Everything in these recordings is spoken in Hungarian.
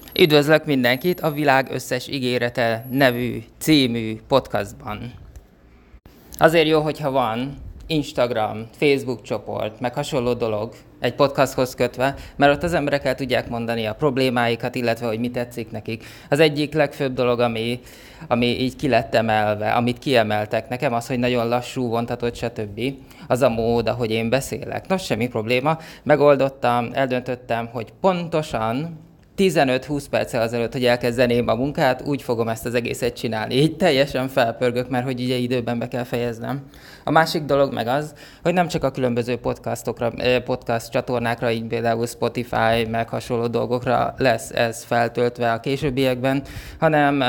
Üdvözlök mindenkit a Világ összes ígérete nevű című podcastban. Azért jó, hogyha van Instagram, Facebook csoport, meg hasonló dolog egy podcasthoz kötve, mert ott az emberek el tudják mondani a problémáikat, illetve hogy mi tetszik nekik. Az egyik legfőbb dolog, ami így ki lett emelve, amit kiemeltek nekem, az, hogy nagyon lassú, vontatott, stb. Az a mód, ahogy én beszélek. Nos, semmi probléma. Megoldottam, eldöntöttem, hogy pontosan 15-20 perccel azelőtt, hogy elkezdeném a munkát, úgy fogom ezt az egészet csinálni. Így teljesen felpörgök, mert hogy ugye időben be kell fejeznem. A másik dolog meg az, hogy nem csak a különböző podcast csatornákra, így például Spotify, meg hasonló dolgokra lesz ez feltöltve a későbbiekben, hanem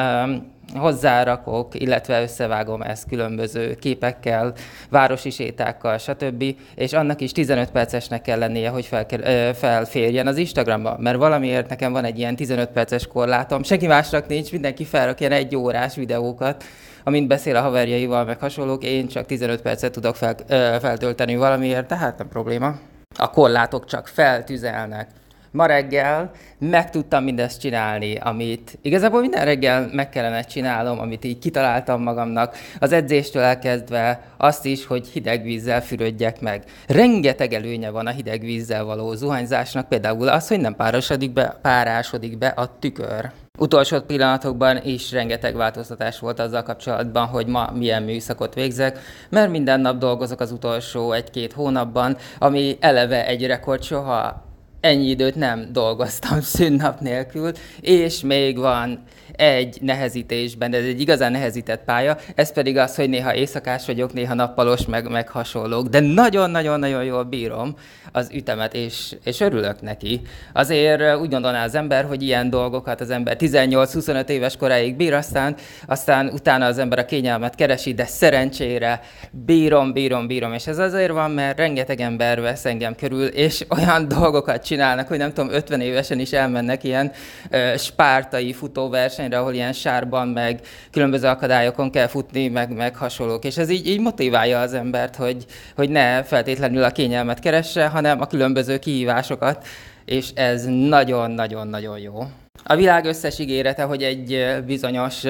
hozzárakok, illetve összevágom ezt különböző képekkel, városi sétákkal, stb. És annak is 15 percesnek kell lennie, hogy felférjen az Instagramba, mert valamiért nekem van egy ilyen 15 perces korlátom, senki másnak nincs, mindenki felrak ilyen 1 órás videókat, amint beszél a haverjaival, meg hasonlók, én csak 15 percet tudok feltölteni valamiért, tehát nem probléma. A korlátok csak feltüzelnek. Ma reggel meg tudtam mindezt csinálni, amit igazából minden reggel meg kellene csinálnom, amit így kitaláltam magamnak, az edzéstől elkezdve azt is, hogy hideg vízzel fürödjek meg. Rengeteg előnye van a hideg vízzel való zuhanyzásnak, például az, hogy nem párásodik be a tükör. Utolsó pillanatokban is rengeteg változtatás volt azzal kapcsolatban, hogy ma milyen műszakot végzek, mert minden nap dolgozok az utolsó 1-2 hónapban, ami eleve egy rekord, soha ennyi időt nem dolgoztam szünnap nélkül, és még van egy nehezítésben, ez egy igazán nehezített pálya, ez pedig az, hogy néha éjszakás vagyok, néha nappalos, meg hasonlók, de nagyon-nagyon-nagyon jól bírom az ütemet, és örülök neki. Azért úgy gondolná az ember, hogy ilyen dolgokat az ember 18-25 éves koráig bír, aztán utána az ember a kényelmet keresi, de szerencsére bírom, és ez azért van, mert rengeteg ember vesz engem körül, és olyan dolgokat csinálnak, hogy nem tudom, 50 évesen is elmennek ilyen spártai futóversenyre, ahol ilyen sárban, meg különböző akadályokon kell futni, meg hasonlók. És ez így motiválja az embert, hogy ne feltétlenül a kényelmet keresse, hanem a különböző kihívásokat, és ez nagyon-nagyon-nagyon jó. A világ összes ígérete, hogy egy bizonyos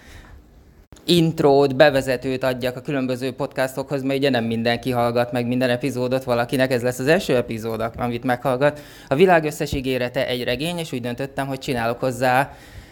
intrót, bevezetőt adjak a különböző podcastokhoz, mert ugye nem mindenki hallgat meg minden epizódot, valakinek ez lesz az első epizód, amit meghallgat. A világ összes ígérete egy regény, és úgy döntöttem, hogy csinálok hozzá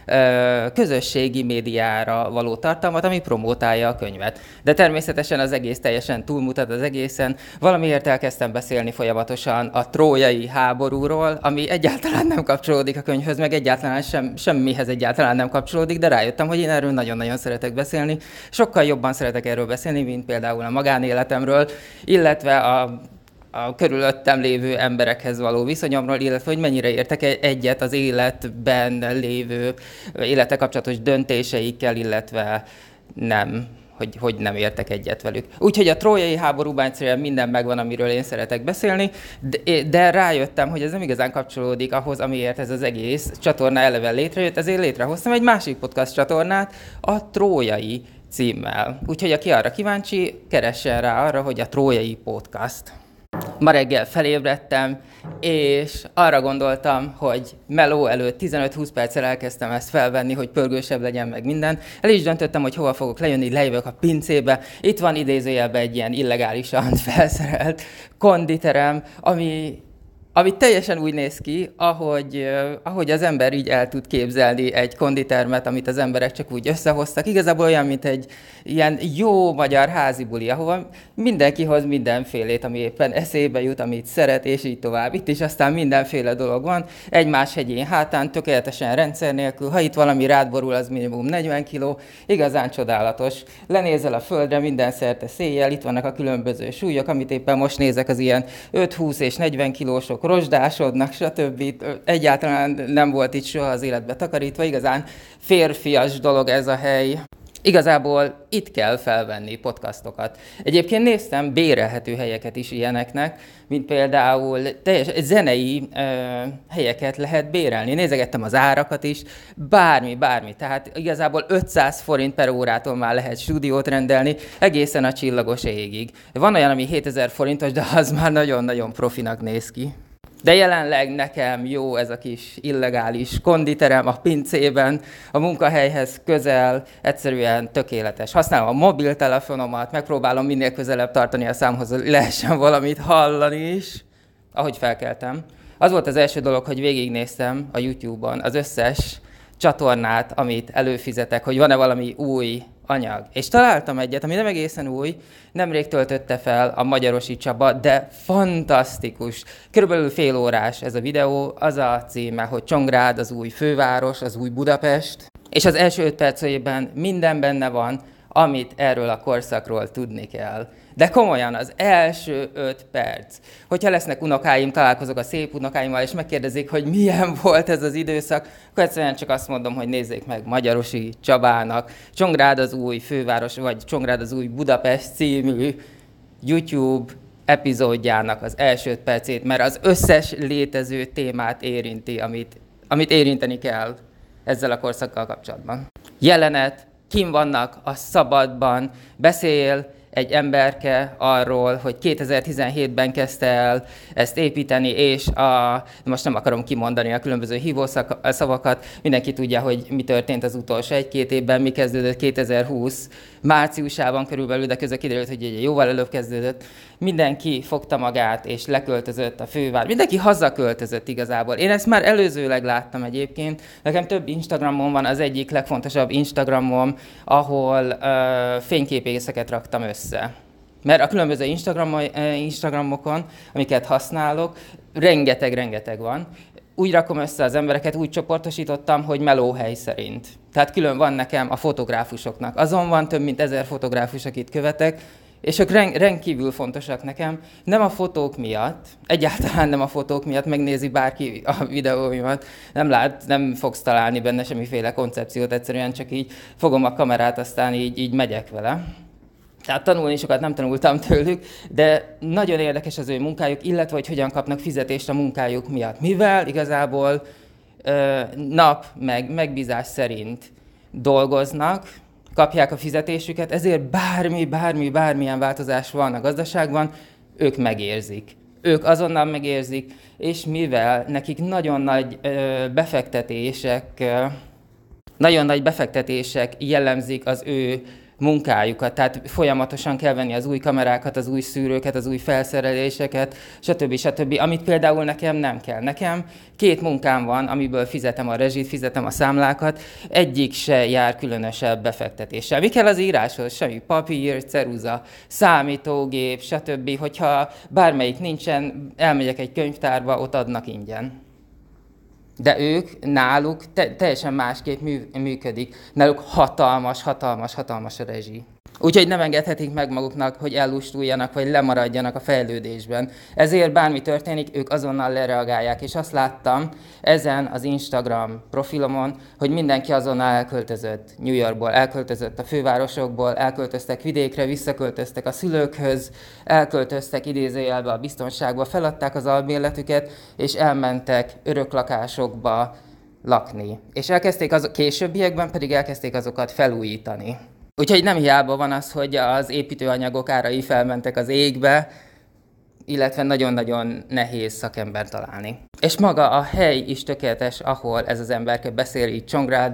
közösségi médiára való tartalmat, ami promótálja a könyvet. De természetesen az egész teljesen túlmutat az egészen. Valamiért elkezdtem beszélni folyamatosan a trójai háborúról, ami egyáltalán nem kapcsolódik a könyvhöz, meg egyáltalán semmihez egyáltalán nem kapcsolódik, de rájöttem, hogy én erről nagyon-nagyon szeretek beszélni. Sokkal jobban szeretek erről beszélni, mint például a magánéletemről, illetve a körülöttem lévő emberekhez való viszonyomról, illetve hogy mennyire értek egyet az életben lévő élete kapcsolatos döntéseikkel, illetve nem, hogy nem értek egyet velük. Úgyhogy a trójai háborúban egyszerűen minden megvan, amiről én szeretek beszélni, de rájöttem, hogy ez nem igazán kapcsolódik ahhoz, amiért ez az egész csatorna eleve létrejött, ezért létrehoztam egy másik podcast csatornát, a Trójai címmel. Úgyhogy aki arra kíváncsi, keressen rá arra, hogy a Trójai Podcast. Ma reggel felébredtem, és arra gondoltam, hogy meló előtt 15-20 perccel elkezdtem ezt felvenni, hogy pörgősebb legyen meg minden. El is döntöttem, hogy hova fogok lejönni, lejövök a pincébe. Itt van idézőjelben egy ilyen illegálisan felszerelt konditerem, ami teljesen úgy néz ki, ahogy az ember így el tud képzelni egy konditermet, amit az emberek csak úgy összehoztak. Igazából olyan, mint egy ilyen jó magyar házi buli, ahova mindenki hoz mindenfélét, ami éppen eszébe jut, amit szeret, és így tovább. Itt is aztán mindenféle dolog van, egymás hegyén hátán, tökéletesen rendszer nélkül. Ha itt valami rád borul, az minimum 40 kiló, igazán csodálatos. Lenézel a földre minden szerte széjjel, itt vannak a különböző súlyok, amit éppen most nézek, az ilyen 5-20 és 40 kilósok rozsdásodnak, stb. Egyáltalán nem volt itt soha az életbe takarítva, igazán férfias dolog ez a hely. Igazából itt kell felvenni podcastokat. Egyébként néztem bérelhető helyeket is ilyeneknek, mint például zenei helyeket lehet bérelni. Nézegettem az árakat is, bármi. Tehát igazából 500 forint per órától már lehet stúdiót rendelni, egészen a csillagos égig. Van olyan, ami 7000 forintos, de az már nagyon-nagyon profinak néz ki. De jelenleg nekem jó ez a kis illegális konditerem a pincében, a munkahelyhez közel, egyszerűen tökéletes. Használom a mobiltelefonomat, megpróbálom minél közelebb tartani a számhoz, hogy lehessen valamit hallani is, ahogy felkeltem. Az volt az első dolog, hogy végignéztem a YouTube-on az összes csatornát, amit előfizetek, hogy van-e valami új anyag. És találtam egyet, ami nem egészen új, nemrég töltötte fel a Magyarosi Csaba, de fantasztikus. Körülbelül fél órás ez a videó, az a címe, hogy Csongrád az új főváros, az új Budapest. És az első 5 percében minden benne van, amit erről a korszakról tudni kell. De komolyan, az első 5 perc. Hogyha lesznek unokáim, találkozok a szép unokáimmal, és megkérdezik, hogy milyen volt ez az időszak, akkor egyszerűen csak azt mondom, hogy nézzék meg Magyarosi Csabának Csongrád az új főváros, vagy Csongrád az új Budapest című YouTube epizódjának az első 5 percét, mert az összes létező témát érinti, amit érinteni kell ezzel a korszakkal kapcsolatban. Jelenet, kim vannak a Szabadban, beszél egy emberke arról, hogy 2017-ben kezdte el ezt építeni, és most nem akarom kimondani a különböző hívószavakat, mindenki tudja, hogy mi történt az utolsó 1-2 évben, mi kezdődött 2020 márciusában körülbelül, de közben kiderült, hogy jóval előbb kezdődött. Mindenki fogta magát, és leköltözött a fővár. Mindenki hazaköltözött igazából. Én ezt már előzőleg láttam egyébként. Nekem több Instagramom van, az egyik legfontosabb Instagramom, ahol fényképészeket raktam össze. Mert a különböző Instagramokon, amiket használok, rengeteg van. Úgy rakom össze az embereket, úgy csoportosítottam, hogy melóhely szerint. Tehát külön van nekem a fotográfusoknak. Azon van több mint 1000 fotográfus, akit követek, és ők rendkívül fontosak nekem. Nem a fotók miatt, egyáltalán nem a fotók miatt, megnézi bárki a videóimat, nem fogsz találni benne semmiféle koncepciót, egyszerűen csak így fogom a kamerát, aztán így megyek vele. Tehát tanulni sokat nem tanultam tőlük, de nagyon érdekes az ő munkájuk, illetve hogy hogyan kapnak fizetést a munkájuk miatt. Mivel igazából nap megbízás szerint dolgoznak, kapják a fizetésüket, ezért bármilyen változás van a gazdaságban, ők megérzik. Ők azonnal megérzik, és mivel nekik nagyon nagy befektetések jellemzik az ő munkájukat, tehát folyamatosan kell venni az új kamerákat, az új szűrőket, az új felszereléseket, stb. Amit például nekem nem kell. Nekem 2 munkám van, amiből fizetem a rezsit, fizetem a számlákat, egyik se jár különösebb befektetéssel. Mi kell az íráshoz? Semmi papír, ceruza, számítógép, stb. Hogyha bármelyik nincsen, elmegyek egy könyvtárba, ott adnak ingyen. De náluk teljesen másképp működik. Náluk hatalmas a rezsi. Úgyhogy nem engedhetik meg maguknak, hogy ellustuljanak, vagy lemaradjanak a fejlődésben. Ezért bármi történik, ők azonnal lereagálják. És azt láttam ezen az Instagram profilomon, hogy mindenki azonnal elköltözött New Yorkból, elköltözött a fővárosokból, elköltöztek vidékre, visszaköltöztek a szülőkhöz, elköltöztek idézőjelbe a biztonságba, feladták az albérletüket, és elmentek öröklakásokba lakni. És későbbiekben pedig elkezdték azokat felújítani. Úgyhogy nem hiába van az, hogy az építőanyagok árai felmentek az égbe, illetve nagyon-nagyon nehéz szakember találni. És maga a hely is tökéletes, ahol ez az emberke beszél így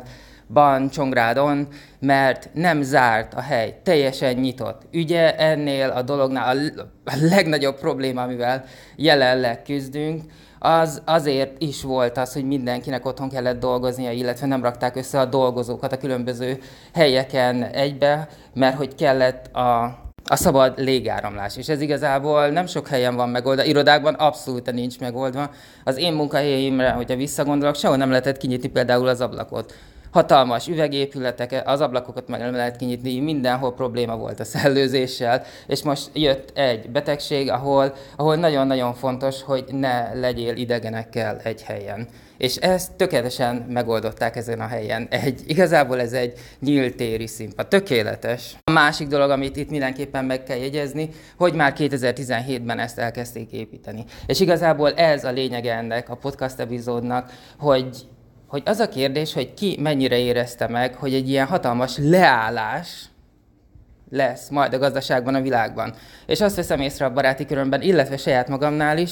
Csongrádon, mert nem zárt a hely, teljesen nyitott. Ugye ennél a dolognál a legnagyobb probléma, amivel jelenleg küzdünk, azért is volt az, hogy mindenkinek otthon kellett dolgoznia, illetve nem rakták össze a dolgozókat a különböző helyeken egybe, mert hogy kellett a szabad légáramlás. És ez igazából nem sok helyen van megoldva, irodákban abszolút nincs megoldva. Az én munkahelyeimre, hogyha visszagondolok, sehol nem lehetett kinyitni például az ablakot. Hatalmas üvegépületek, az ablakokat meg nem lehet kinyitni, mindenhol probléma volt a szellőzéssel, és most jött egy betegség, ahol nagyon-nagyon fontos, hogy ne legyél idegenekkel egy helyen. És ezt tökéletesen megoldották ezen a helyen. Igazából ez egy nyílt téri színpad. Tökéletes. A másik dolog, amit itt mindenképpen meg kell jegyezni, hogy már 2017-ben ezt elkezdték építeni. És igazából ez a lényege ennek a podcast epizódnak, hogy az a kérdés, hogy ki mennyire érezte meg, hogy egy ilyen hatalmas leállás lesz majd a gazdaságban, a világban. És azt veszem észre a baráti körömben, illetve saját magamnál is,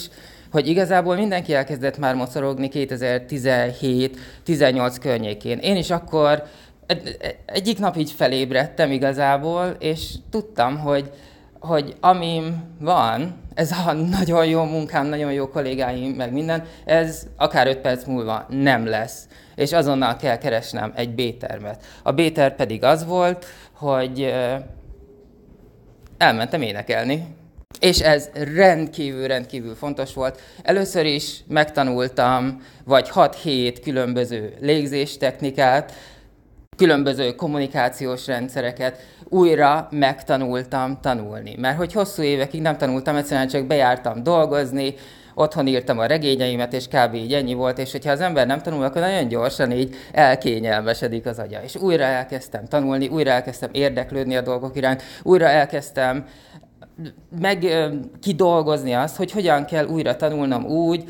hogy igazából mindenki elkezdett már mocorogni 2017-18 környékén. Én is akkor egyik nap így felébredtem igazából, és tudtam, hogy amim van, ez a nagyon jó munkám, nagyon jó kollégáim, meg minden, ez akár 5 perc múlva nem lesz. És azonnal kell keresnem egy B-tervet. A B-terv pedig az volt, hogy elmentem énekelni. És ez rendkívül fontos volt. Először is megtanultam vagy 6-7 különböző légzéstechnikát, különböző kommunikációs rendszereket, újra megtanultam tanulni. Mert hogy hosszú évekig nem tanultam, egyszerűen csak bejártam dolgozni, otthon írtam a regényeimet, és kb. Így ennyi volt, és hogyha az ember nem tanul, akkor nagyon gyorsan így elkényelmesedik az agya. És újra elkezdtem tanulni, újra elkezdtem érdeklődni a dolgok iránt, újra elkezdtem kidolgozni azt, hogy hogyan kell újra tanulnom úgy,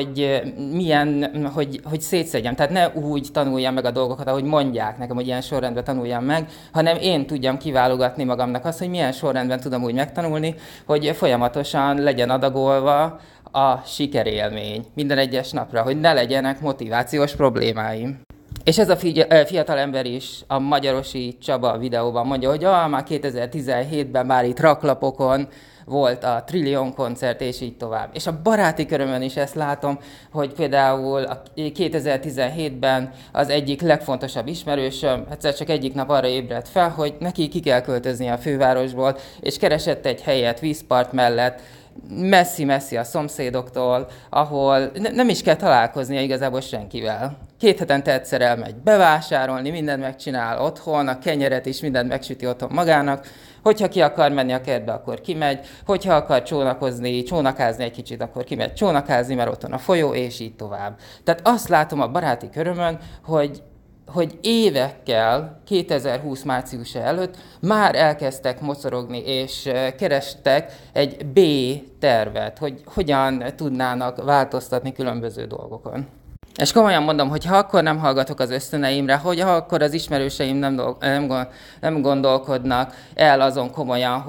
hogy szétszedjem. Tehát ne úgy tanuljam meg a dolgokat, ahogy mondják nekem, hogy ilyen sorrendben tanuljam meg, hanem én tudjam kiválogatni magamnak azt, hogy milyen sorrendben tudom úgy megtanulni, hogy folyamatosan legyen adagolva a sikerélmény minden egyes napra, hogy ne legyenek motivációs problémáim. És ez a fiatal ember is a Magyarosi Csaba videóban mondja, hogy már 2017-ben már itt raklapokon volt a Trillion koncert, és így tovább. És a baráti körömön is ezt látom, hogy például 2017-ben az egyik legfontosabb ismerősöm egyszer csak egyik nap arra ébredt fel, hogy neki ki kell költözni a fővárosból, és keresett egy helyet vízpart mellett, messzi a szomszédoktól, ahol nem is kell találkoznia igazából senkivel. 2 hetente egyszer elmegy bevásárolni, mindent megcsinál otthon, a kenyeret is mindent megsüti otthon magának. Hogyha ki akar menni a kertbe, akkor kimegy. Hogyha akar csónakázni egy kicsit, akkor kimegy csónakázni, mert otthon a folyó, és így tovább. Tehát azt látom a baráti körömön, hogy évekkel, 2020 márciusa előtt már elkezdtek mocorogni, és kerestek egy B-tervet, hogy hogyan tudnának változtatni különböző dolgokon. És komolyan mondom, hogy ha akkor nem hallgatok az ösztöneimre, hogy ha akkor az ismerőseim nem gondolkodnak el azon komolyan,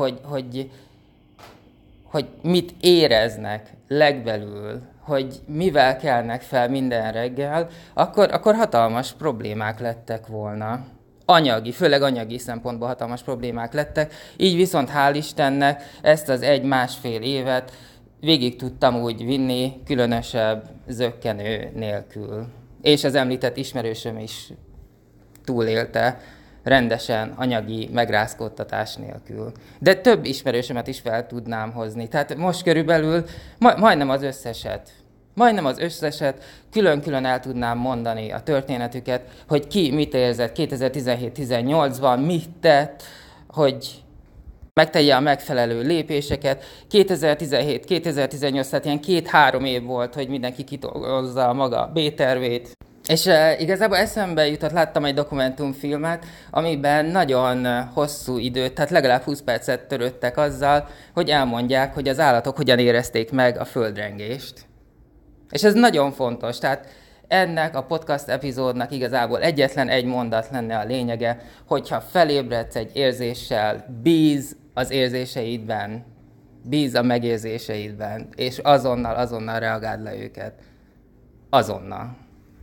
hogy mit éreznek legbelül, hogy mivel kelnek fel minden reggel, akkor hatalmas problémák lettek volna. Főleg anyagi szempontból hatalmas problémák lettek. Így viszont hál' Istennek ezt az 1-1,5 évet végig tudtam úgy vinni, különösebb zökkenő nélkül. És az említett ismerősöm is túlélte rendesen anyagi megrázkódtatás nélkül. De több ismerősömet is fel tudnám hozni. Tehát most körülbelül majdnem az összeset külön-külön el tudnám mondani a történetüket, hogy ki mit érzett 2017-18-ban, mit tett, hogy megtegye a megfelelő lépéseket. 2017-2018, tehát ilyen 2-3 év volt, hogy mindenki kidolgozza a maga B-tervét. És igazából eszembe jutott, láttam egy dokumentumfilmet, amiben nagyon hosszú időt, tehát legalább 20 percet törődtek azzal, hogy elmondják, hogy az állatok hogyan érezték meg a földrengést. És ez nagyon fontos, tehát ennek a podcast epizódnak igazából egyetlen egy mondat lenne a lényege, hogyha felébredsz egy érzéssel, bíz az érzéseidben, bíz a megérzéseidben, és azonnal reagáld le őket. Azonnal.